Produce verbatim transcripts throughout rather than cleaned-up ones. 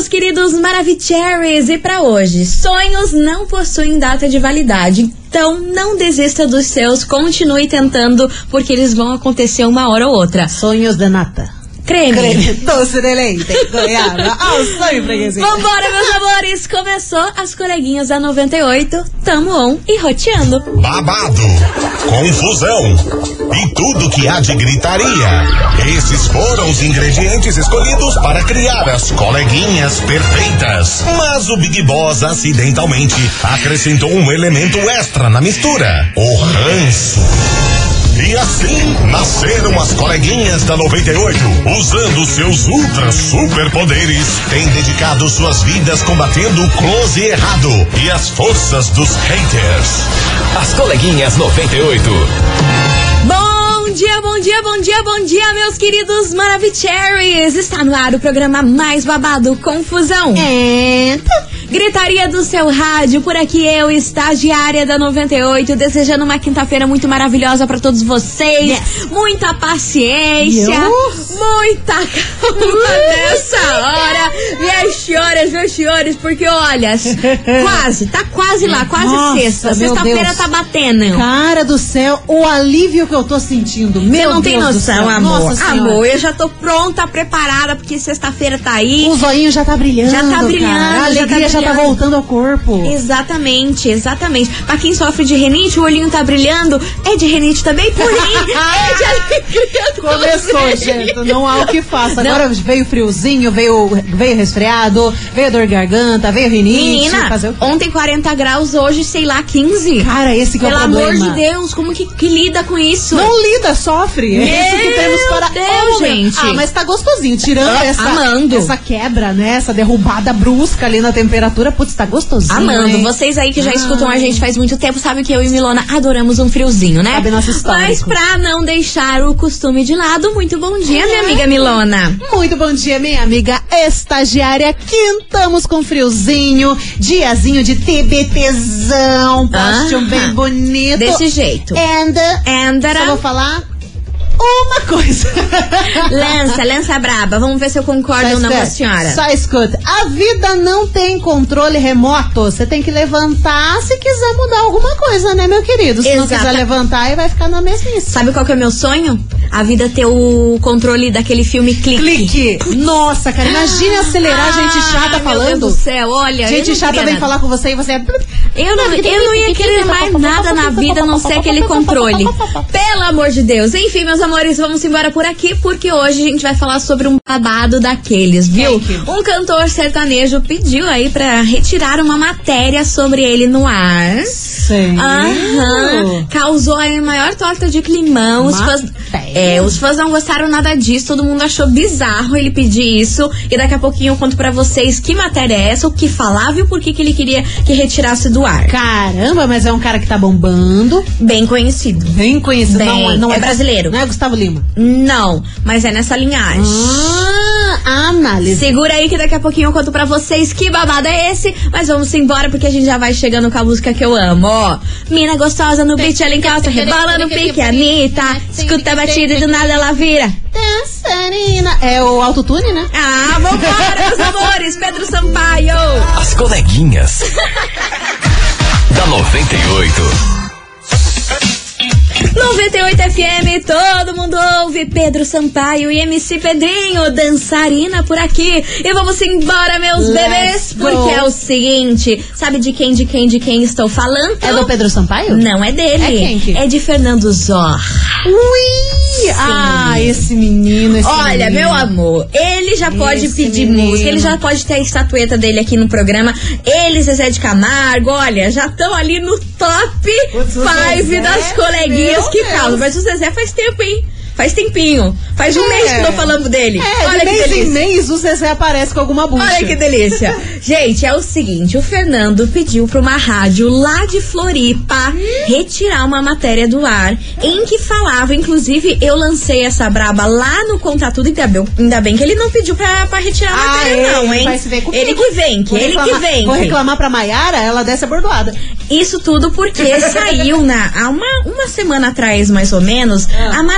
meus queridos Maravicheries, e pra hoje, sonhos não possuem data de validade, então não desista dos seus, continue tentando, porque eles vão acontecer uma hora ou outra. Sonhos de nata. Creme. Creme. Doce de leite. Goiaba. Ao sonho, freguesia. Vambora, meus amores. Começou as coleguinhas da noventa e oito. Tamo on e roteando. Babado, confusão e tudo que há de gritaria. Esses foram os ingredientes escolhidos para criar as coleguinhas perfeitas. Mas o Big Boss acidentalmente acrescentou um elemento extra na mistura: o ranço. E assim nasceram as coleguinhas da noventa e oito, usando seus ultra superpoderes, têm dedicado suas vidas combatendo o close errado e as forças dos haters. As coleguinhas noventa e oito. Bom dia, bom dia, bom dia, bom dia, meus queridos Maravicheries. Está no ar o programa mais babado, Confusão. Eita. Gritaria do seu rádio, por aqui eu, estagiária da noventa e oito, desejando uma quinta-feira muito maravilhosa pra todos vocês. Yes. Muita paciência, yes. Muita calma nessa hora, minhas senhoras, meus senhores, porque olha, quase, tá quase lá, quase Nossa, sexta. Sexta-feira tá batendo. Cara do céu, o alívio que eu tô sentindo. Meu Você não tem Deus noção, amor. Amor, eu já tô pronta, preparada, porque sexta-feira tá aí. O zoinho já tá brilhando. Já tá brilhando. Cara. A alegria já tá, já tá voltando ao corpo. Exatamente, exatamente. Pra quem sofre de rinite, o olhinho tá brilhando. É de rinite também, porém é de alegria. Começou, gente. Não há o que faça. Agora não. Veio friozinho, veio, veio resfriado, veio dor de garganta, veio rinite. Menina, fazer o quê? Ontem quarenta graus, hoje, sei lá, quinze. Cara, esse que Pelo é o problema. Pelo amor de Deus, como que, que lida com isso? Não lida, sofre. Meu é isso que temos para Deus, gente. Ah, mas tá gostosinho. Tirando ah, essa, amando. essa quebra, né? Essa derrubada brusca ali na temperatura. Putz, tá gostosinho. Amando. Hein? Vocês aí que já ah. escutam a gente faz muito tempo sabem que eu e Milona adoramos um friozinho, né? Sabe nossa história. Mas pra não deixar o costume de lado, muito bom dia, é. minha amiga Milona. Muito bom dia, minha amiga estagiária. Quintamos com friozinho, diazinho de TBTzão, postinho bem bonito. Desse jeito. And, And só vou falar uma coisa. Lança, lança braba. Vamos ver se eu concordo só ou não escuta, com a senhora. Só escuta. A vida não tem controle remoto. Você tem que levantar se quiser mudar alguma coisa, né, meu querido? Se Exato. não quiser levantar, aí vai ficar na mesmice. Sabe qual que é o meu sonho? A vida ter o controle daquele filme Clique. Clique. Nossa, cara, imagine acelerar ah, gente chata falando. Meu Deus do céu, olha. Gente chata vem falar com você e você é... Eu não, eu não ia querer mais nada na vida a não ser aquele controle. Pelo amor de Deus. Enfim, meus amores, vamos embora por aqui, porque hoje a gente vai falar sobre um babado daqueles, viu? Um cantor sertanejo pediu aí pra retirar uma matéria sobre ele no ar. Sim. Aham. Causou aí a maior torta de climão. Os fãs, é, os fãs não gostaram nada disso, todo mundo achou bizarro ele pedir isso. E daqui a pouquinho eu conto pra vocês que matéria é essa, o que falava e o porquê que ele queria que retirasse do ar. Caramba, mas é um cara que tá bombando. Bem conhecido. Bem conhecido. Bem, não, não é, é brasileiro. Não é Gustavo Lima? Não, mas é nessa linhagem. Ah, análise. Segura aí que daqui a pouquinho eu conto pra vocês que babado é esse. Mas vamos embora porque a gente já vai chegando com a música que eu amo, ó. Mina gostosa no beat, ela encalça, rebola no pique, Anitta. Escuta a batida e do nada ela vira dançarina. É o autotune, né? Ah, vambora, meus amores. Pedro Sampaio. As coleguinhas da noventa e oito. noventa e oito F M, todo mundo ouve. Pedro Sampaio e M C Pedrinho, dançarina por aqui. E vamos embora, meus Let's bebês, go. Porque é o seguinte, sabe de quem, de quem, de quem estou falando? É do Pedro Sampaio? Não é dele. É quem? Que? É de Fernando Zorra. Ui! Sim. Ah, esse menino, esse Olha, menino. meu amor, ele já pode esse pedir menino. música, ele já pode ter a estatueta dele aqui no programa. Ele, Zezé de Camargo, olha, já estão ali no top cinco das coleguinhas que causam. Mas o Zezé faz tempo, hein? Faz tempinho. Faz um é. mês que tô falando dele. É, Olha de que mês delícia. em mês o Zezé aparece com alguma bucha. Olha que delícia. Gente, é o seguinte, o Fernando pediu pra uma rádio lá de Floripa retirar uma matéria do ar em que falava, inclusive eu lancei essa braba lá no Conta Tudo, ainda bem, ainda bem que ele não pediu pra, pra retirar a ah, matéria ele não, hein? Vai se ver ele que vem, que vou ele reclamar, que vem. Vou reclamar pra Maiara, ela desce a bordoada. Isso tudo porque saiu na, há uma, uma semana atrás, mais ou menos, ah. a matéria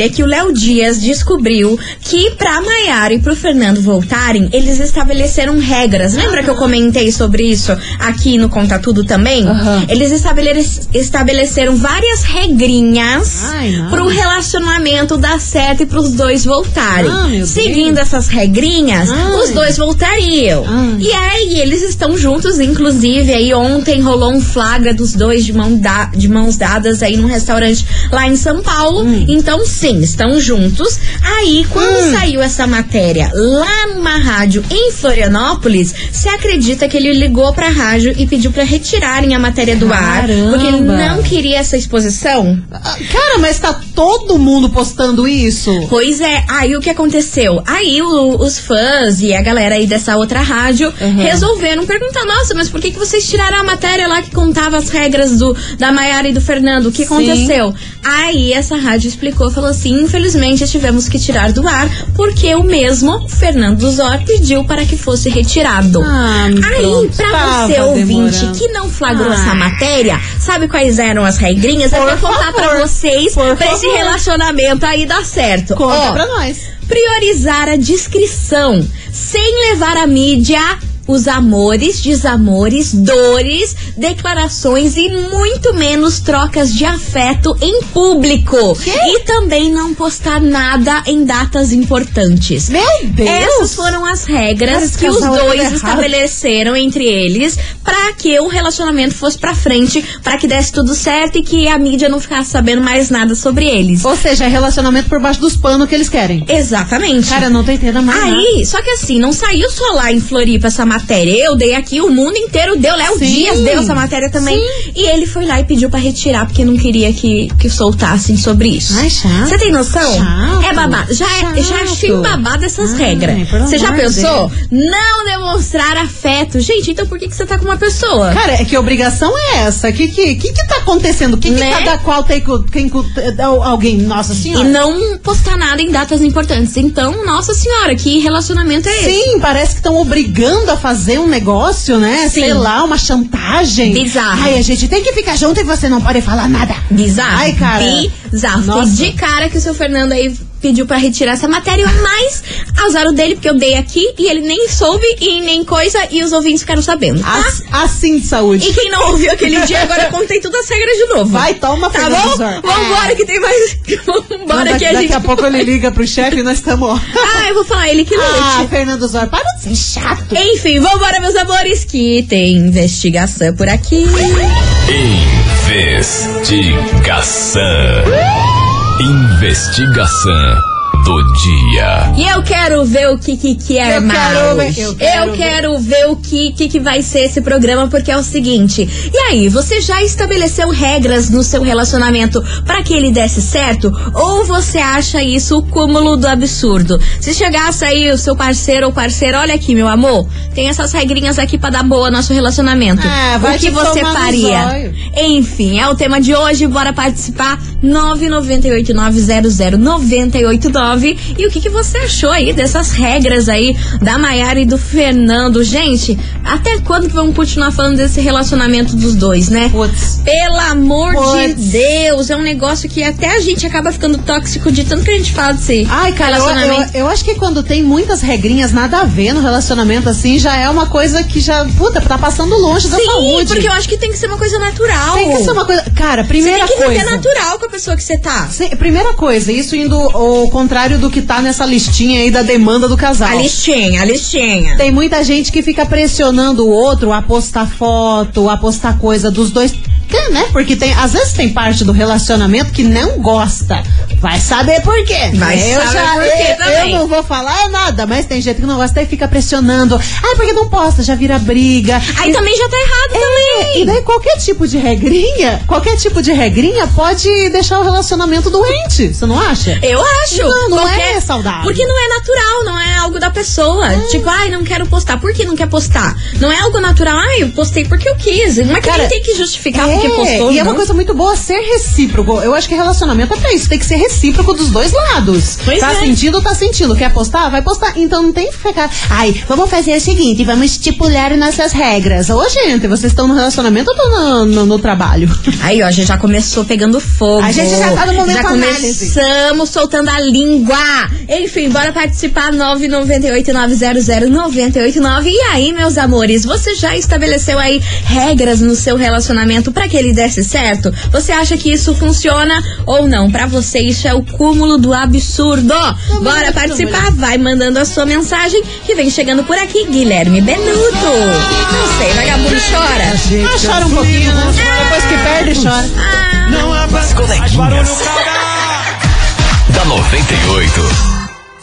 é que o Léo Dias descobriu que pra Maiara e pro Fernando voltarem, eles estabeleceram regras. Lembra que eu comentei sobre isso aqui no Conta Tudo também? Uhum. Eles estabelec- estabeleceram várias regrinhas Ai, pro relacionamento dar certo e pros dois voltarem. Ah, meu Seguindo Deus. essas regrinhas, Ai. os dois voltariam. Ai. E aí, eles estão juntos, inclusive, aí ontem rolou um flagra dos dois de, mão da- de mãos dadas aí num restaurante lá em São Paulo. Hum. Então, sim, estão juntos. Aí, quando Hum. saiu essa matéria lá numa rádio em Florianópolis, se acredita que ele ligou pra rádio e pediu pra retirarem a matéria do ar, Caramba. porque ele não queria essa exposição. Ah, Cara, mas tá todo mundo postando isso? Pois é, aí o que aconteceu? Aí o- os fãs e a galera aí dessa outra rádio Uhum. resolveram perguntar, nossa, mas por que, que vocês tiraram a matéria lá que contava as regras do, da Maiara e do Fernando? O que Sim. aconteceu? Aí essa rádio explicou, falou assim, infelizmente tivemos que tirar do ar, porque o mesmo Fernando Zor pediu para que fosse retirado. Ah, Aí, pronto, pra tava você ouvinte demorando. que não flagrou Ah. essa matéria, sabe quais eram as regrinhas? Eu Por vou contar pra favor. vocês, Por pra esse favor. relacionamento aí dar certo. Conta Ó, pra nós. priorizar a discrição, sem levar à mídia os amores, desamores, dores, declarações e muito menos trocas de afeto em público. E também não postar nada em datas importantes. Meu Deus! Essas foram as regras Cara, esse que os casal é dois errado. estabeleceram entre eles pra que o relacionamento fosse pra frente, pra que desse tudo certo e que a mídia não ficasse sabendo mais nada sobre eles. Ou seja, é relacionamento por baixo dos panos que eles querem. Exatamente. Cara, não tô entendendo mais nada. Aí, só que assim, não saiu só lá em Floripa essa matéria. Eu dei aqui, o mundo inteiro deu. Léo Sim. Dias deu essa matéria também. Sim. E ele foi lá e pediu pra retirar, porque não queria que, que soltassem sobre isso. Ai, chato. Você tem noção? Chato. É babado. Já, é, já Chato. achei babado essas Ai, regras. pelo Você já amor de pensou? Deus. Não demonstrar afeto. Gente, então por que, que você tá com uma pessoa? Cara, é que obrigação é essa? O que, que, que que tá acontecendo? O que, que Né? cada qual tem com quem com- alguém? Nossa E senhora. não postar nada em datas importantes. Então, nossa senhora, que relacionamento é esse? Sim, parece que estão obrigando a fazer um negócio, né? Sim. Sei lá, uma chantagem. Bizarro. Ai, a gente tem que ficar junto e você não pode falar nada. Bizarro. Ai, cara. Bizarro. Nossa. Fiquei de cara que o seu Fernando aí pediu pra retirar essa matéria, mas azar o dele, porque eu dei aqui e ele nem soube e nem coisa e os ouvintes ficaram sabendo. Tá? As- assim de saúde. E quem não ouviu aquele dia, agora eu contei todas as regras de novo. Vai, toma, Tá Fernando bom? Zor. Vambora que tem mais. Vambora Daqui, que a daqui gente. a pouco ele liga pro chefe e nós estamos. Ah, eu vou falar ele que lute. Ah, Fernando Zor, para de ser chato. Enfim, vambora, meus amores, que tem investigação por aqui. Investigação. Investigação do dia. E eu quero ver o que que, que é Eu mais. quero ver, eu quero eu quero ver o que, que que vai ser esse programa, porque é o seguinte. E aí, você já estabeleceu regras no seu relacionamento pra que ele desse certo? Ou você acha isso o cúmulo do absurdo? Se chegasse aí o seu parceiro ou parceira, olha aqui, meu amor, tem essas regrinhas aqui pra dar boa no nosso relacionamento. É, vai o que te você tomar no faria? zóio. Enfim, é o tema de hoje, bora participar. nove nove oito nove zero zero nove oito nove. E o que, que você achou aí dessas regras aí da Maiara e do Fernando? Gente, até quando que vamos continuar falando desse relacionamento dos dois, né? Putz. Pelo amor de Puts. Deus, é um negócio que até a gente acaba ficando tóxico de tanto que a gente fala desse Ai, cara, eu, relacionamento. eu, eu acho que quando tem muitas regrinhas nada a ver no relacionamento assim, já é uma coisa que já, puta, tá passando longe da Sim, saúde. porque eu acho que tem que ser uma coisa natural. Tem que ser uma coisa. Cara, Você primeira tem que coisa. viver natural com a pessoa que você tá. Sim, primeira coisa, isso indo ao contrário do que tá nessa listinha aí da demanda do casal. A listinha, a listinha. Tem muita gente que fica pressionando o outro a postar foto, a postar coisa dos dois. Que, né? Porque tem, às vezes tem parte do relacionamento que não gosta. Vai saber por quê. Vai eu saber já, por quê eu, também. eu não vou falar nada, mas tem gente que não gosta e fica pressionando. Ai, porque não posta, já vira briga. Aí E- também já tá errado É, também. e daí qualquer tipo de regrinha, qualquer tipo de regrinha pode deixar o relacionamento doente, você não acha? Eu acho. Não, não é saudável. Porque não é natural, não é algo da pessoa. Tipo, ai, não quero postar. Por que não quer postar? Não é algo natural. Ai, eu postei porque eu quis. Não é que Cara, nem tem que justificar é, É, que postou. e não. é uma coisa muito boa ser recíproco. Eu acho que relacionamento é pra isso, tem que ser recíproco dos dois lados. Pois tá é. sentindo, tá sentindo. Quer postar? Vai postar. Então não tem que ficar. Ai, vamos fazer o seguinte, vamos estipular nossas regras. Ô, gente, vocês estão no relacionamento ou estão no, no, no trabalho? Aí, ó, a gente já começou pegando fogo. A gente já tá no momento Já análise. começamos soltando a língua. Enfim, bora participar. nove nove oito nove zero zero nove oito nove. E aí, meus amores, você já estabeleceu aí regras no seu relacionamento pra que ele desse certo? Você acha que isso funciona ou não? Pra você, isso é o cúmulo do absurdo. Bora participar. Vai mandando a sua mensagem que vem chegando por aqui. Guilherme Benuto. Não sei, vagabundo chora. Ah, chora um pouquinho, né? Depois que perde, chora. Ah, As coleguinhas da noventa e oito.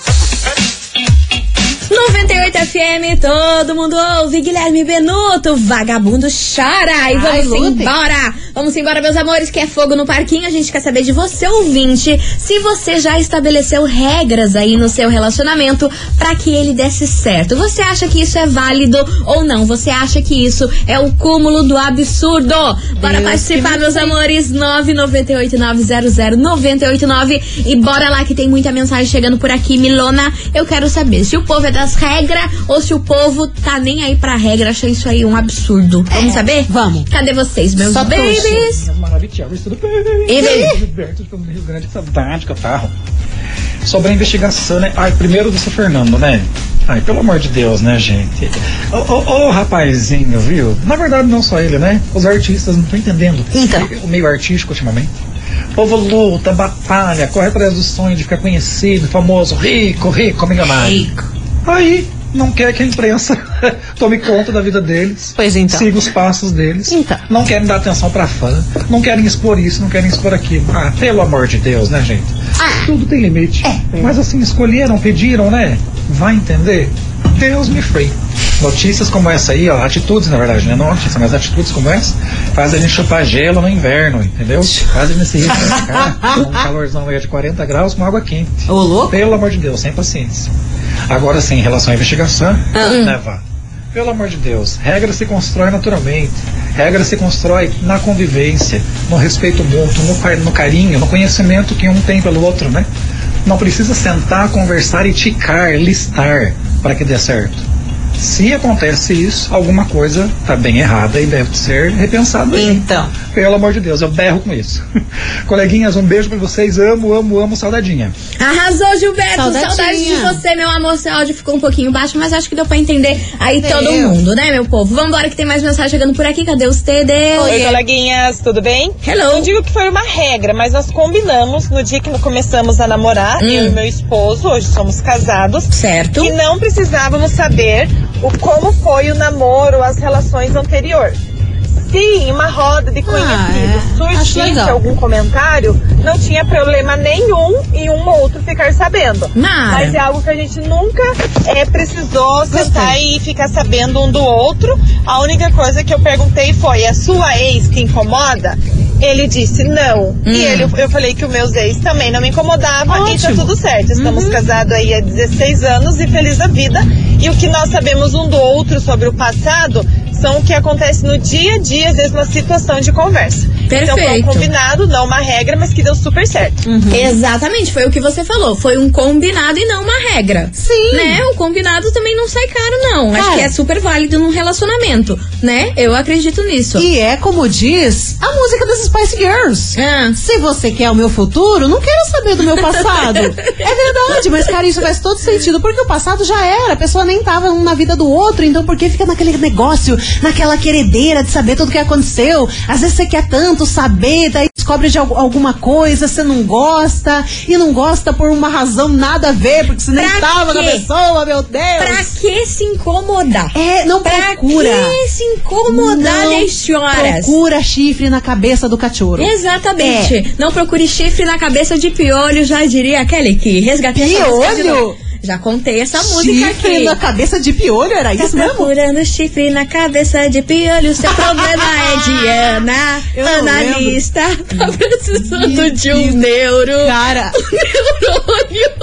noventa e oito F M, todo mundo ouve. Guilherme Benuto, vagabundo chora. E vamos Ai, lutem. embora. Vamos embora, meus amores, que é fogo no parquinho. A gente quer saber de você, ouvinte, se você já estabeleceu regras aí no seu relacionamento pra que ele desse certo. Você acha que isso é válido ou não? Você acha que isso é o cúmulo do absurdo? Bora Deus participar, que meus me amores. nove nove oito nove zero zero nove oito nove. E bora lá que tem muita mensagem chegando por aqui. Milona, eu quero saber se o povo é das regras ou se o povo tá nem aí pra regra, acha isso aí um absurdo. Vamos saber? Vamos. Cadê vocês, meus Só babies? Maravilha, tudo bem? E bem? Gilberto, do Rio Grande, que saudade que eu tava. Sobre a investigação, né? Ai, primeiro do seu Fernando, né? Ai, pelo amor de Deus, né, gente? Ô, ô, ô, rapazinho, viu? Na verdade, não só ele, né? Os artistas, não tô entendendo. Então. O meio artístico, ultimamente. O povo luta, batalha, corre atrás do sonho de ficar conhecido, famoso, rico, rico, milionário. Rico. Aí, não quer que a imprensa tome conta da vida deles. Pois então. Siga os passos deles. Então. Não querem dar atenção pra fã. Não querem expor isso, não querem expor aquilo. Ah, pelo amor de Deus, né, gente? Ah. Tudo tem limite. É. Mas assim, escolheram, pediram, né? Vai entender? Deus me free. Notícias como essa aí, ó, atitudes na verdade, né? Não notícias, mas atitudes como essa fazem a gente chupar gelo no inverno, entendeu? Fazem a gente se refrescar com um calorzão aí de quarenta graus com água quente. Ô, louco. Pelo amor de Deus, sem paciência. Agora sim, em relação à investigação, né, Vá? Pelo amor de Deus, regra se constrói naturalmente. Regra se constrói na convivência, no respeito mútuo, no, car- no carinho, no conhecimento que um tem pelo outro, né? Não precisa sentar, conversar e ticar, listar para que dê certo. Se acontece isso, alguma coisa está bem errada e deve ser repensada. Então. Pelo amor de Deus, eu berro com isso. Coleguinhas, um beijo pra vocês. Amo, amo, amo, saudadinha. Arrasou, Gilberto. Saudadinha. Saudade de você, meu amor. Seu áudio ficou um pouquinho baixo, mas acho que deu pra entender aí Deu. todo mundo, né, meu povo? Vambora que tem mais mensagem chegando por aqui. Cadê os T D? Oi, coleguinhas, tudo bem? Hello. Não digo que foi uma regra, mas nós combinamos no dia que começamos a namorar, Hum. eu e meu esposo, hoje somos casados, Certo. que não precisávamos saber o como foi o namoro, as relações anteriores. Se em uma roda de conhecidos é. Acho surgisse legal. algum comentário, não tinha problema nenhum em um ou outro ficar sabendo. Mara. Mas é algo que a gente nunca é, precisou sentar e ficar sabendo um do outro. A única coisa que eu perguntei foi: a sua ex te incomoda? Ele disse não. Hum. E ele, eu falei que os meus ex também não me incomodavam. E tá Ótimo. tudo certo. Estamos casados aí há dezesseis anos e feliz da vida. E o que nós sabemos um do outro sobre o passado são o que acontece no dia a dia, às vezes uma situação de conversa. Então foi um Perfeito. combinado, não uma regra, mas que deu super certo. Exatamente, foi o que você falou. Foi um combinado e não uma regra. Sim. Né? O combinado também não sai caro, não. Acho Cara. que é super válido num relacionamento, né? Eu acredito nisso. E é como diz a música das Spice Girls. Ah. Se você quer o meu futuro, não quero saber do meu passado. É verdade, mas, cara, isso faz todo sentido, porque o passado já era, a pessoa nem tava um na vida do outro, então por que fica naquele negócio, naquela queredeira de saber tudo o que aconteceu? Às vezes você quer tanto saber, daí descobre de al- alguma coisa, você não gosta, e não gosta por uma razão nada a ver, porque você nem Pra tava na quê? pessoa, meu Deus. Pra que se incomodar? É, não Pra procura. que se incomodar, Não minhas senhoras? procura chifre na cabeça do cachorro. Exatamente. É. Não procure chifre na cabeça de piolho, já diria aquele que resgatei essa música de Piolho? novo. Já contei essa música Chifre aqui. na cabeça de piolho, era Tá isso mesmo? procurando chifre na cabeça de piolho. Seu problema é de Ana, Eu não analista. Tá precisando de um Isso. neuro. Cara, neurônio.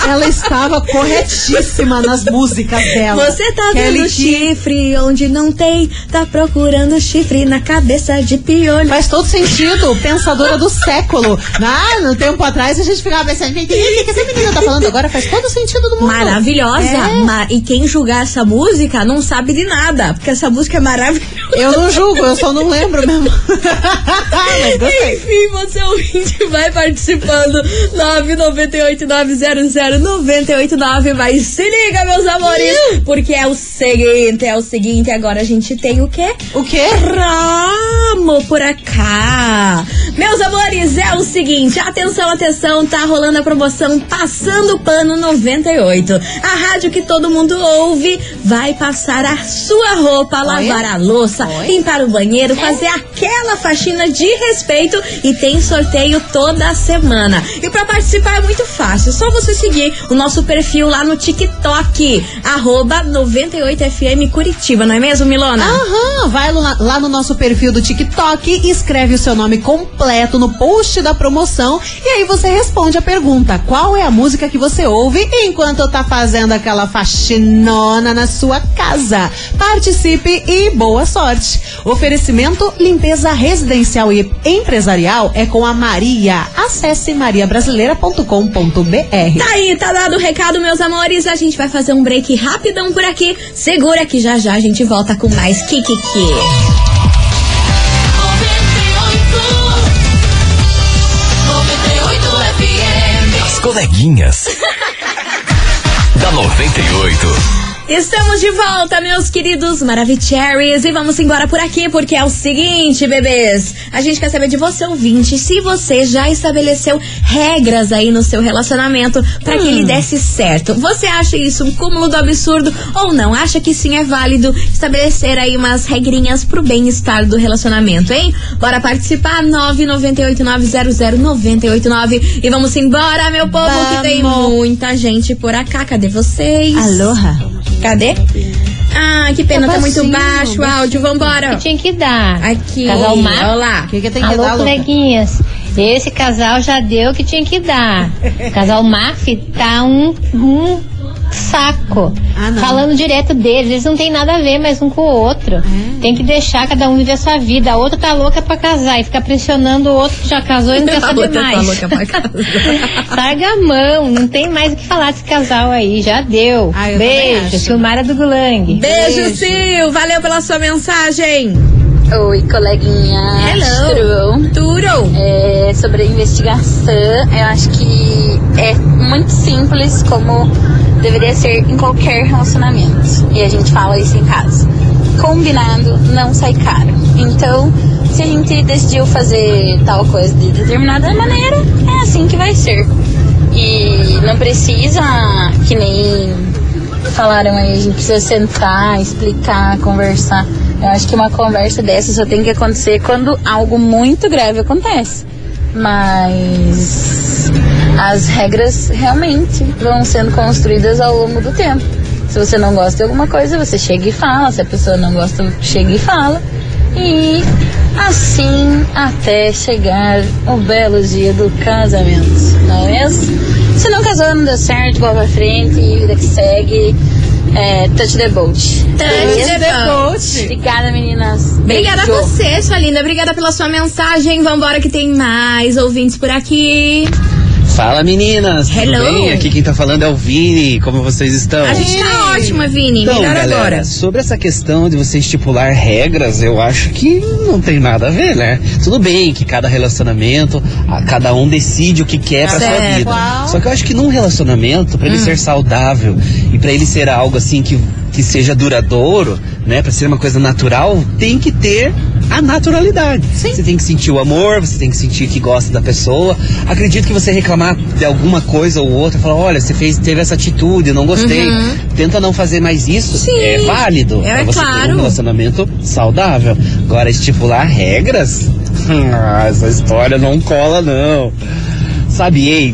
ela estava corretíssima nas músicas dela. Você tá Kelly vendo Key. chifre onde não tem, tá procurando chifre na cabeça de piolho. Faz todo sentido, pensadora do século. Ah, no tempo atrás a gente ficava pensando, gente, o que essa menina tá falando agora? Faz todo sentido do mundo. Maravilhosa. É. Ma- e quem julgar essa música não sabe de nada, porque essa música é maravilhosa. Eu não julgo, eu só não lembro mesmo. Mas gostei. Enfim, você ouvinte vai participando. nove nove oito nove zero zero nove oito nove. Mas se liga, meus amores, porque é o seguinte, é o seguinte, agora a gente tem o quê? O quê? Ramo por acá. Meus amores, é o seguinte, atenção, atenção, tá rolando a promoção Passando Pano noventa e oito. A rádio que todo mundo ouve vai passar a sua roupa, lavar a louça, Oi? limpar o banheiro, fazer aquela faxina de respeito e tem sorteio toda semana. E pra participar é muito fácil, só você seguir o nosso perfil lá no TikTok, arroba noventa e oito F M Curitiba, não é mesmo, Milona? Aham, vai lá, lá no nosso perfil do TikTok, escreve o seu nome completo no post da promoção e aí você responde a pergunta: qual é a música que você ouve enquanto tá fazendo aquela faxinona na sua casa? Participe e boa sorte. Oferecimento limpeza residencial e empresarial é com a Maria. Acesse maria brasileira ponto com ponto b r. Tá aí, tá dado o recado, meus amores. A gente vai fazer um break rapidão por aqui. Segura que já já a gente volta com mais Kikiki. As coleguinhas da noventa e oito. Estamos de volta, meus queridos Maravicheries, e vamos embora por aqui, porque é o seguinte, bebês, a gente quer saber de você, ouvinte, se você já estabeleceu regras aí no seu relacionamento pra hum. que ele desse certo. Você acha isso um cúmulo do absurdo ou não? Acha que sim, é válido estabelecer aí umas regrinhas pro bem-estar do relacionamento, hein? Bora participar, nove nove oito nove zero zero nove oito nove, e vamos embora, meu povo, vamos. Que tem muita gente por acá. Cadê vocês? Aloha. Cadê? Ah, que pena, tá, tá muito baixo o áudio. Vambora. Que tinha que dar. Aqui. Casal Mar. Olha lá. O que, que tem que Alô, dar, coleguinhas. Esse casal já deu o que tinha que dar. Casal Maf tá um, um saco. Ah, não. Falando direto deles. Eles não tem nada a ver mais um com o outro. É. Tem que deixar cada um viver a sua vida. A outra tá louca pra casar e fica pressionando o outro que já casou e não quer saber mais. Tá louca pra casar. Larga a mão. Não tem mais o que falar desse casal aí. Já deu. Ah, Beijo. Silmara do Gulang. Beijo, Beijo, Sil. Valeu pela sua mensagem. Oi, coleguinha. Hello. Tudo bom? É, sobre a investigação, eu acho que é muito simples, como deveria ser em qualquer relacionamento. E a gente fala isso em casa. Combinado não sai caro. Então, se a gente decidiu fazer tal coisa de determinada maneira, é assim que vai ser. E não precisa, que nem falaram aí, a gente precisa sentar, explicar, conversar. Eu acho que uma conversa dessa só tem que acontecer quando algo muito grave acontece. Mas as regras realmente vão sendo construídas ao longo do tempo. Se você não gosta de alguma coisa, você chega e fala. Se a pessoa não gosta, chega e fala. E assim até chegar o belo dia do casamento, não é mesmo? Se não casou, não deu certo, bola pra frente, vida que segue. É, touch the boat. Touch the boat. Obrigada, meninas. Obrigada Beijo. a você, sua linda. Obrigada pela sua mensagem. Vambora que tem mais ouvintes por aqui. Fala, meninas. Hello. Tudo bem? Aqui quem tá falando é o Vini. Como vocês estão? A gente tá ótima, Vini. Então, Melhor galera, agora. sobre essa questão de você estipular regras, eu acho que não tem nada a ver, né? Tudo bem que cada relacionamento, a, cada um decide o que quer pra Certo. sua vida. Uau. Só que eu acho que num relacionamento, pra ele Hum. ser saudável e pra ele ser algo assim que, que seja duradouro, né? Pra ser uma coisa natural, tem que ter a naturalidade. Sim. Você tem que sentir o amor, você tem que sentir que gosta da pessoa. Acredito que você reclamar de alguma coisa ou outra, falar, olha, você fez, teve essa atitude, eu não gostei. Uhum. Tenta não fazer mais isso. Sim. É válido. É pra você claro. ter um relacionamento saudável. Agora, estipular regras? Ah, essa história não cola, não. Sabe, ex?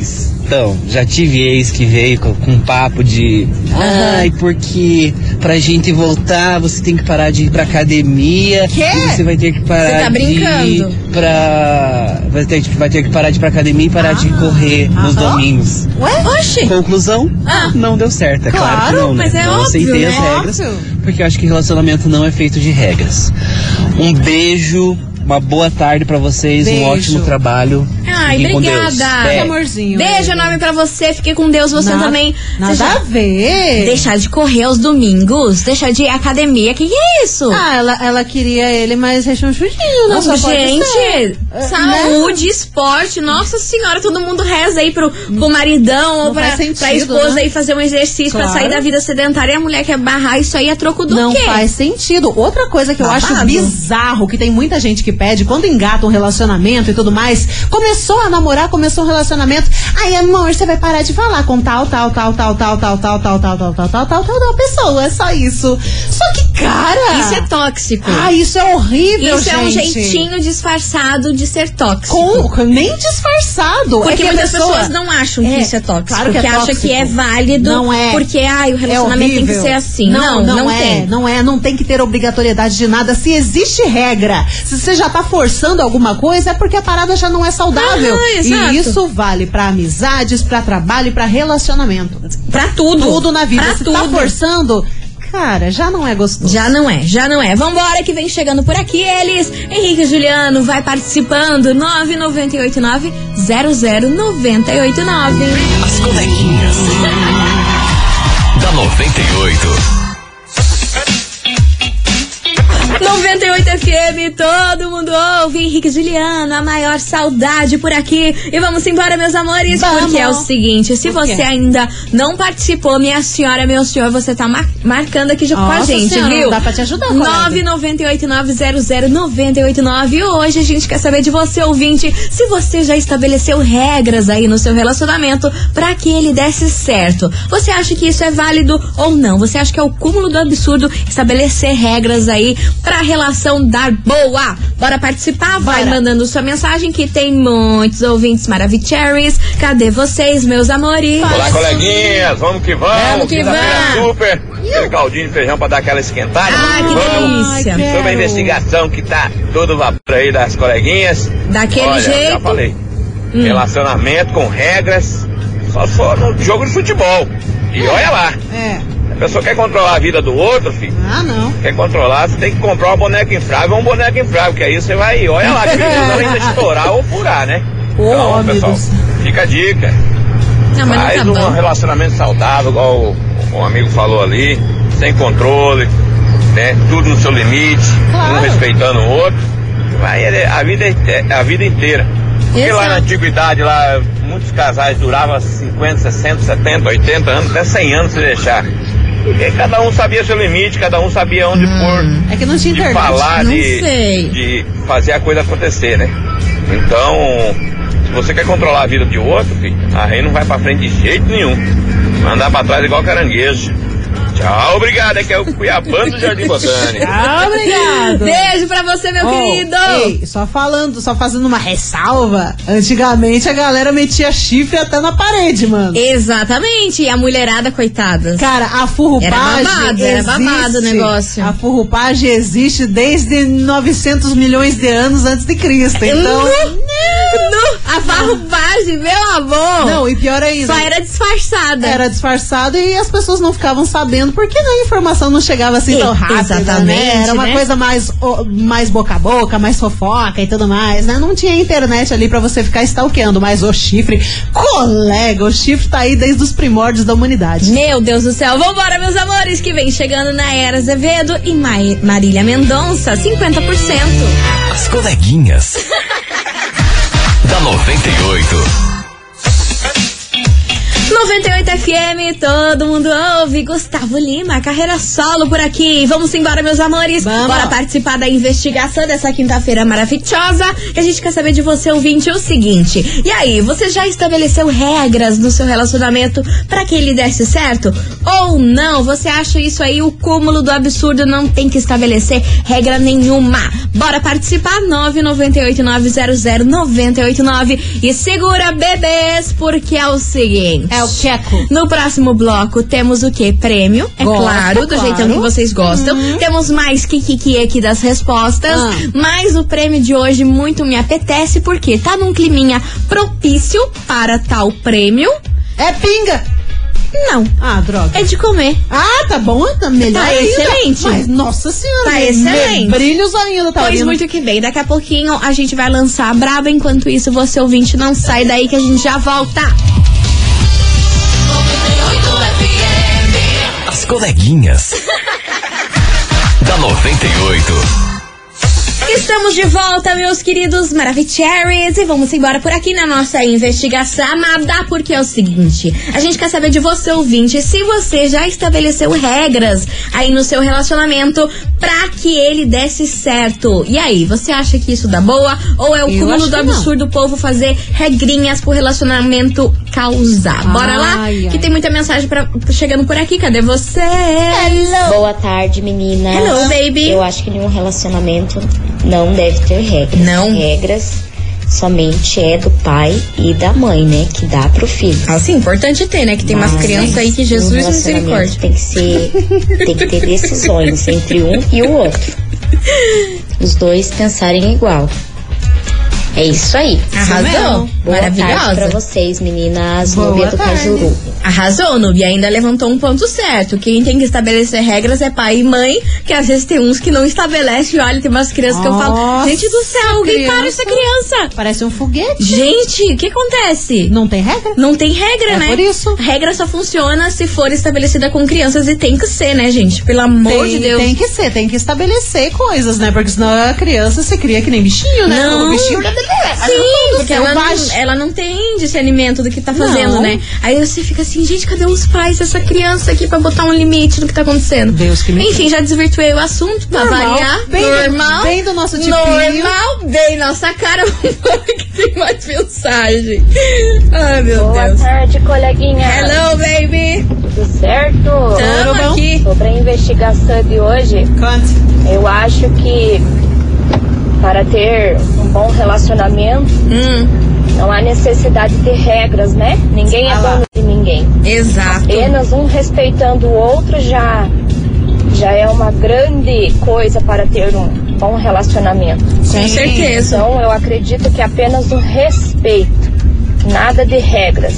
Então, já tive ex que veio com, com um papo de ai, porque pra gente voltar você tem que parar de ir pra academia. Quê? E você vai ter que parar Você tá brincando? de ir pra. Vai ter, vai ter que parar de ir pra academia e parar ah, de correr nos aham. domingos. Ué? Oxi! Conclusão? Ah. Não deu certo, é claro, Claro, que não, né? mas é não óbvio, aceitei né? as regras, Óbvio. porque eu acho que relacionamento não é feito de regras. Um beijo, uma boa tarde pra vocês, Beijo. um ótimo trabalho. Ai, Fiquem com Deus. obrigada. É. Que amorzinho. Beijo enorme pra você, fique com Deus, você Nada- também. Nada Você já- a ver. Deixar de correr aos domingos, deixar de ir à academia, que que é isso? Ah, ela, ela queria ele mais rechonchudinho, né? Nossa, Só pode gente, ser. É, saúde, esporte, nossa senhora, todo mundo reza aí pro, pro maridão Não ou pra, faz sentido, pra esposa né? aí fazer um exercício Claro. pra sair da vida sedentária e a mulher quer barrar isso aí a troco do Não quê? faz sentido. Outra coisa que eu Babado. acho bizarro, que tem muita gente que pede, quando engata um relacionamento e tudo mais, começou a namorar, começou um relacionamento, aí amor, você vai parar de falar com tal, tal, tal, tal, tal, tal, tal, tal, tal, tal, tal, tal, tal, tal, tal pessoa, é só isso. Só que, cara... Isso é tóxico. Ah, isso é horrível, Isso gente. é um jeitinho disfarçado de ser tóxico. Com, nem disfarçado. Porque é que a muitas pessoa- pessoas não acham que É, isso é tóxico. claro que é porque acham tóxico. que é válido. Não é. Porque, ai, o relacionamento É tem que horrível. ser assim. Não, Não, não, não, é, tem. não é, não tem que ter obrigatoriedade de nada. Se existe regra, se você já tá forçando alguma coisa, é porque a parada já não é saudável. Ah, exato. E isso vale pra amizades, pra trabalho e pra relacionamento. Pra tudo. Tudo na vida. Pra Se tudo. tá forçando, cara, já não é gostoso. Já não é, já não é. Vambora que vem chegando por aqui eles. Henrique e Juliano vai participando. nove nove oito nove zero zero nove oito nove. As coleguinhas. Da noventa e oito. noventa e oito F M, todo mundo ouve. Henrique e Juliano, a maior saudade por aqui. E vamos embora, meus amores, Vamos. porque é o seguinte: se Por quê? você ainda não participou, minha senhora, meu senhor, você tá mar- marcando aqui junto com a Nossa gente, senhora, viu? não dá pra te ajudar, colega. nove nove oito nove zero zero nove oito nove. E hoje a gente quer saber de você, ouvinte, se você já estabeleceu regras aí no seu relacionamento pra que ele desse certo. Você acha que isso é válido ou não? Você acha que é o cúmulo do absurdo estabelecer regras aí pra relação dar boa? Bora participar? Vai Bora. mandando sua mensagem que tem muitos ouvintes maravilhosos. Cadê vocês, meus amores? Olá, coleguinhas, vamos que vamos. Vamos que Quinta-feira vamos. super. Aquele caldinho de feijão pra dar aquela esquentada. Ah, que Vamos. delícia. Ai, Sobre a investigação que tá todo vapor aí das coleguinhas. Daquele Olha, jeito. já falei. Relacionamento com regras, só se for no jogo de futebol. E olha lá, É. a pessoa quer controlar a vida do outro, filho. Ah, não. Quer controlar, você tem que comprar uma boneca inflável ou um boneco inflável, que aí você vai, olha lá, que perigoso ainda estourar ou furar, né? Ô, Então, meu pessoal, Deus. fica a dica. Não, mas Faz não tá um bom. relacionamento saudável, igual o, o amigo falou ali, sem controle, né? Tudo no seu limite, Claro. um respeitando o outro. Vai é, a vida, é, a vida inteira. Porque Exato. lá na antiguidade, lá, muitos casais duravam cinquenta, sessenta, setenta, oitenta anos, até cem anos se deixar. Porque cada um sabia seu limite, cada um sabia onde pôr, É que não tinha de internet. falar, Não de, sei. de fazer a coisa acontecer, né? Então, se você quer controlar a vida de outro, filho, aí não vai pra frente de jeito nenhum. Vai andar pra trás igual caranguejo. Tchau, obrigado. Aqui é o Cuiabano do Jardim Botânico. Ah, obrigado. Beijo pra você, meu Oh, querido. ei, só falando, só fazendo uma ressalva. Antigamente a galera metia chifre até na parede, mano. Exatamente. E a mulherada, coitada. Cara, a furrupagem Era babado, era existe. babado o negócio. A furrupagem existe desde novecentos milhões de anos antes de Cristo. Então, No, a farrupagem, meu amor. não, e pior ainda. Só era disfarçada. Era disfarçado e as pessoas não ficavam sabendo porque a informação não chegava assim tão É, rápido, exatamente, né? Era uma né? coisa mais, ó, mais boca a boca, mais fofoca e tudo mais, né? Não tinha internet ali pra você ficar stalkeando, mas o chifre, colega, o chifre tá aí desde os primórdios da humanidade. Meu Deus do céu. Vambora, meus amores, que vem chegando na Era Azevedo e Mai- Marília Mendonça, cinquenta por cento. As coleguinhas. Da noventa e oito. noventa e oito F M, todo mundo ouve. Gustavo Lima, carreira solo por aqui. Vamos embora, meus amores. Vamos. Bora participar da investigação dessa quinta-feira maravilhosa. Que a gente quer saber de você, ouvinte, o seguinte. E aí, você já estabeleceu regras no seu relacionamento pra que ele desse certo? Ou não? Você acha isso aí o cúmulo do absurdo? Não tem que estabelecer regra nenhuma. Bora participar, nove nove oito nove zero zero nove oito nove. E segura, bebês, porque é o seguinte. É o queco. No próximo bloco temos o quê? Prêmio, é Gosto, claro, do claro. jeitão que vocês gostam. Uhum. Temos mais Kikiki aqui das respostas. Ah. Mas o prêmio de hoje muito me apetece, porque tá num climinha propício para tal prêmio. É pinga. Não. Ah, droga. É de comer. Ah, tá bom, tá melhor Tá ainda. excelente. Mas, nossa senhora. Tá me- excelente. me Brilha os olhinhos da Pois Taurina. muito que bem. Daqui a pouquinho a gente vai lançar a braba. Enquanto isso, você ouvinte, não sai daí que a gente já volta. As coleguinhas. Da noventa e oito. Estamos de volta, meus queridos Maravicheries, e vamos embora por aqui na nossa investigação amada, porque é o seguinte, a gente quer saber de você, ouvinte, se você já estabeleceu regras aí no seu relacionamento pra que ele desse certo. E aí, você acha que isso dá boa? Ou é o Eu cúmulo acho do que não. absurdo o povo fazer regrinhas pro relacionamento causar? Bora lá, Ai, que ai. tem muita mensagem pra, chegando por aqui. Cadê você? Boa tarde, meninas. Hello, baby. Eu acho que nenhum relacionamento não deve ter regras. Não. Regras somente é do pai e da mãe, né? Que dá pro filho. Assim, importante ter, né? Que tem umas Mas crianças aí que um Jesus relacionamento misericórdia. Tem que ser, tem que ter decisões entre um e o outro. Os dois pensarem igual. É isso aí. Arrasou. Boa tarde pra Maravilhosa. vocês, meninas. Boa Nubia do tarde. Cajuru. Arrasou, Nubi. Ainda levantou um ponto certo. Quem tem que estabelecer regras é pai e mãe, que às vezes tem uns que não estabelecem. Olha, tem umas crianças que eu falo, Nossa, gente do céu, alguém criança. para essa criança. Parece um foguete. Gente, o que acontece? Não tem regra? Não tem regra, É né? por isso. Regra só funciona se for estabelecida com crianças, e tem que ser, né, gente? Pelo amor Tem, de Deus. tem que ser, tem que estabelecer coisas, né? Porque senão a criança se cria que nem bichinho, né? Não. O bichinho Sim, porque ela não, selvagem. ela não tem discernimento do que tá fazendo, Não. né? Aí você fica assim, gente, cadê os pais dessa criança aqui pra botar um limite no que tá acontecendo? Deus que me Enfim, já desvirtuei o assunto, pra Normal. variar. Bem do- normal. bem do nosso tipinho. Normal, bem nossa cara. Que tem mais mensagem. Ai, meu Boa Deus. tarde, coleguinha. Hello, baby. Tudo certo? Tamo bom? aqui. Sobre a investigação de hoje, Conte. eu acho que para ter um bom relacionamento, Hum, não há necessidade de regras, né? Ninguém é Ah lá. dono de ninguém. exato. Apenas um respeitando o outro já, já é uma grande coisa para ter um bom relacionamento. Com certeza. Então, eu acredito que apenas o respeito, nada de regras.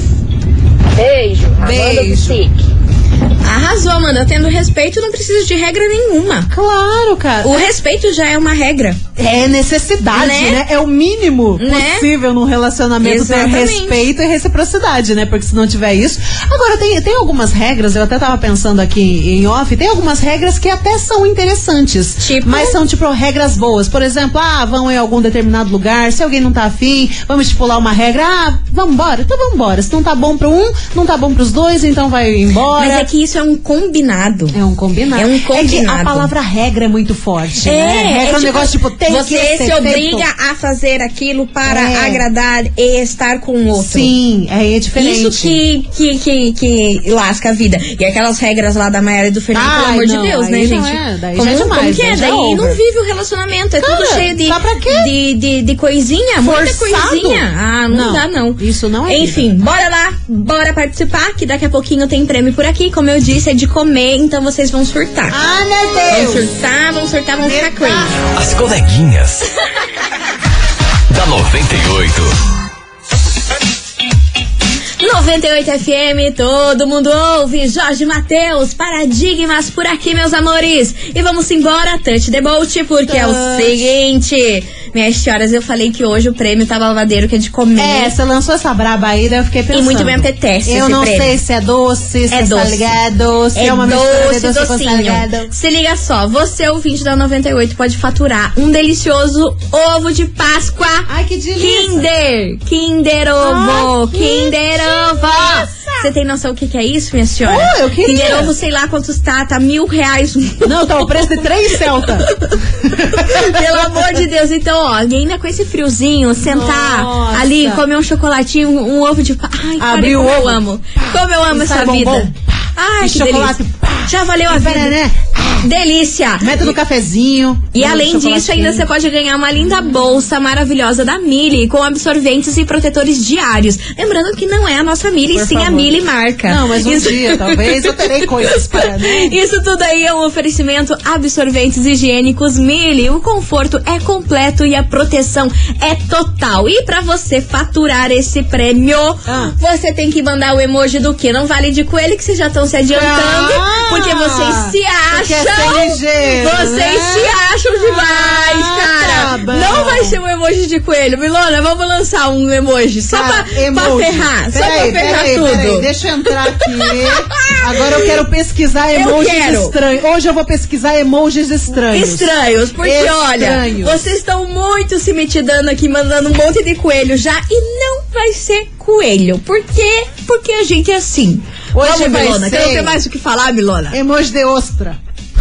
Beijo, Amanda do Beijo. S I C. Arrasou, Amanda. Tendo respeito, não precisa de regra nenhuma. Claro, cara. O respeito já é uma regra. É necessidade, Né? né? É o mínimo Né? possível num relacionamento Exatamente. ter respeito e reciprocidade, né? Porque se não tiver isso. Agora, tem, tem algumas regras, eu até tava pensando aqui em off, tem algumas regras que até são interessantes. Tipo? Mas são, tipo, regras boas. Por exemplo, ah, vão em algum determinado lugar, se alguém não tá afim, vamos estipular uma regra, ah, vamos embora, então vamos embora. Se não tá bom pra um, não tá bom pros dois, então vai embora. Mas é que isso é um combinado. É um combinado. É um É que combinado. a palavra regra é muito forte, É, né? Regra é, é um tipo, negócio tipo, tem você que ser se obriga feito. a fazer aquilo para É. agradar e estar com o outro. Sim, aí é diferente. Isso que, que, que, que lasca a vida. E aquelas regras lá da Maiara e do Fernando, Ai, pelo amor não, de Deus, aí né, não gente? é, daí como, já é demais, como que é? daí já é Daí não over. vive o relacionamento. É Cara, tudo cheio de, dá pra quê? de, de, de coisinha, muita Forçado? coisinha. Ah, não, Não, dá não. isso não é Enfim, bora lá, bora participar, que daqui a pouquinho tem prêmio por aqui. Como eu disse, é de comer, então vocês vão surtar. Ah, meu Vão Deus! surtar, vão surtar, vão ficar crazy. As coleguinhas. Da noventa e oito. noventa e oito F M, todo mundo ouve. Jorge Mateus, Paradigmas por aqui, meus amores. E vamos embora, touch the boat, porque é o Touch. seguinte. Minhas senhoras, eu falei que hoje o prêmio tá lavadeiro, que é de comer. É, você lançou essa braba aí, daí eu fiquei pensando. E muito me apetece Eu esse não prêmio. sei se é doce, se é, É doce. salgado, se é, É uma mistura de doce, doce com docinho. salgado. Se liga só, você, ouvinte da noventa e oito, pode faturar um delicioso ovo de Páscoa. Ai, que delícia! Kinder! Kinder Ovo! Ah, que Kinder Ovo! Você tem noção o que, que é isso, minha senhora? Oh, eu queria. Kinder Ovo, sei lá quantos tá, tá mil reais. Não, tá o preço de três Celta. Pelo amor de Deus. Então, ó, ainda com esse friozinho, sentar Nossa. ali, comer um chocolatinho, um, um ovo de... Ai, cara, Abrir o como ovo. eu amo. Como eu amo E essa sai vida. bombom. Ai, E que chocolate. delícia. Já valeu a vida. Né? Delícia. Meta no cafezinho. E além disso, ainda você pode ganhar uma linda bolsa maravilhosa da Mili, com absorventes e protetores diários. Lembrando que não é a nossa Mili, Por sim favor. a Mili marca. Não, mas um Isso... dia, talvez, eu terei coisas para, né? Isso tudo aí é um oferecimento absorventes higiênicos Mili. O conforto é completo e a proteção é total. E pra você faturar esse prêmio, Ah. você tem que mandar o emoji do quê? Não vale de coelho, que vocês já estão se adiantando, Ah, porque vocês se porque é acham. ser ligeiro, vocês né? se acham demais, Ah, cara. tá bom. Não vai ser um emoji de coelho. Milona, vamos lançar um emoji só Cara, pra, pra emoji. ferrar. Só Peraí, pra ferrar peraí, tudo. peraí, deixa eu entrar aqui. Agora eu quero pesquisar Eu emojis quero. estranhos. Hoje eu vou pesquisar emojis estranhos. Estranhos, porque Estranhos. olha, vocês estão muito se metidando aqui, mandando um monte de coelho já, e não vai ser coelho. Por quê? Porque a gente é assim. Hoje Vamos, vai Milona, que eu não ser- tenho mais o que falar, Milona. Emoji de ostra.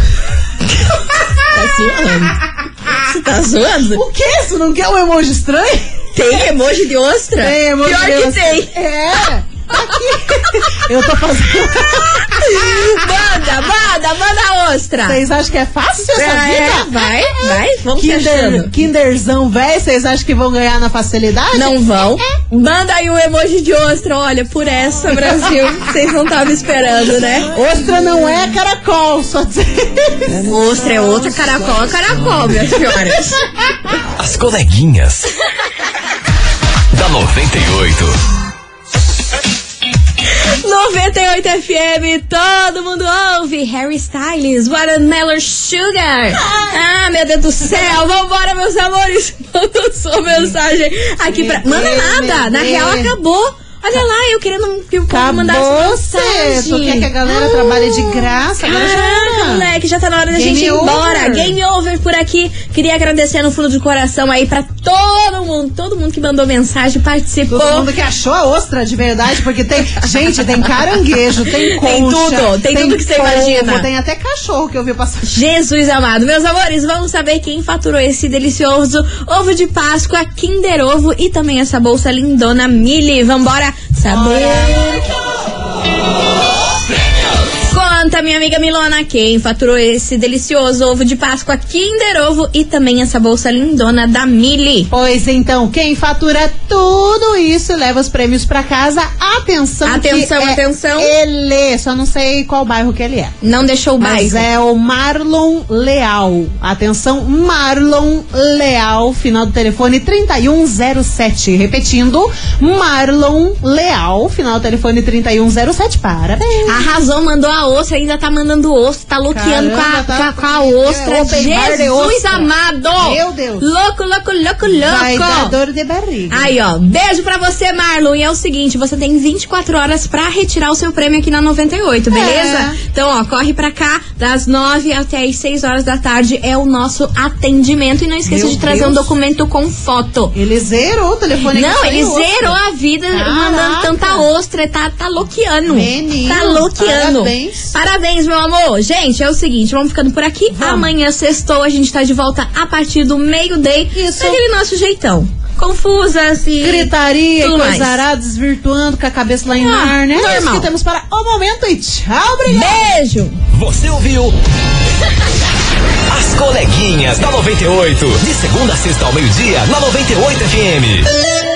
Tá zoando? Você tá zoando? O que? Isso não quer um emoji estranho? Tem emoji de ostra? Tem emoji Pior de que ostra. tem. É. Aqui. Eu tô fazendo. Manda, manda, manda a ostra. Vocês acham que é fácil essa É, vida? vai, vai, vamos se Kinder, achando. Kinderzão, velho, vocês acham que vão ganhar na facilidade? Não vão. Manda aí um emoji de ostra. Olha, por essa, Brasil. Vocês não estavam esperando, né? Ostra não é caracol, só dizer. Ostra é outra, caracol é caracol, minhas senhoras. As coleguinhas. Da noventa e oito. noventa e oito F M, todo mundo ouve. Harry Styles, Watermelon Sugar. Ah, meu Deus do céu. Vambora, meus amores. Manda sua mensagem aqui pra... Manda nada, na real acabou. Olha lá, eu querendo que o povo mandasse mensagem. Tu quer que a galera trabalhe de graça? Agora já Caraca, era. moleque, já tá na hora da Game gente ir over. embora. Game over por aqui. Queria agradecer no fundo do coração aí pra todo mundo, todo mundo que mandou mensagem, participou. Todo mundo que achou a ostra de verdade, porque tem. Gente, tem caranguejo, tem concha. Tem tudo, tem tudo que você polvo, imagina. Tem até cachorro que eu vi passar. Jesus amado. Meus amores, vamos saber quem faturou esse delicioso ovo de Páscoa, Kinder Ovo e também essa bolsa lindona Mili. Vambora saber. Conta, minha amiga Milona, quem faturou esse delicioso ovo de Páscoa, Kinder Ovo e também essa bolsa lindona da Mili. Pois então, quem fatura tudo isso leva os prêmios pra casa. Atenção, Atenção, que é atenção. Ele, só não sei qual bairro que ele é. Não deixou o Mas bairro. é o Marlon Leal. Atenção, Marlon Leal, final do telefone trinta e um zero sete. Repetindo, Marlon Leal, final do telefone trinta e um zero sete. Parabéns. Arrasou, mandou a ostra, ainda tá mandando ostra, tá loqueando com, a, Caramba, tá- com a- com a ostra. é open bar de Jesus ostra. amado! Meu Deus. Louco, louco, louco, Vai dar louco! dor de barriga. Aí, ó, beijo pra você, Marlon. E é o seguinte, você tem vinte e quatro horas pra retirar o seu prêmio aqui na noventa e oito, beleza? É. Então, ó, corre pra cá, das nove até as seis horas da tarde é o nosso atendimento. E não esqueça Meu de trazer um Deus. documento com foto. Ele zerou o telefone. Não, que ele saiu ostra. zerou a vida Caraca. mandando tanta ostra, tá, tá loqueando. Menino, tá loqueando. parabéns. Parabéns, meu amor. Gente, é o seguinte, vamos ficando por aqui. Vamos. Amanhã, sextou, a gente tá de volta a partir do meio-day. Isso. Daquele nosso jeitão. Confusas e... Gritaria, tudo coisa mais. arada, desvirtuando com a cabeça lá em Ah, mar, né? É isso normal. que temos para o momento e tchau, obrigado. Beijo. Você ouviu? As coleguinhas da noventa e oito. De segunda a sexta ao meio-dia, na noventa e oito F M.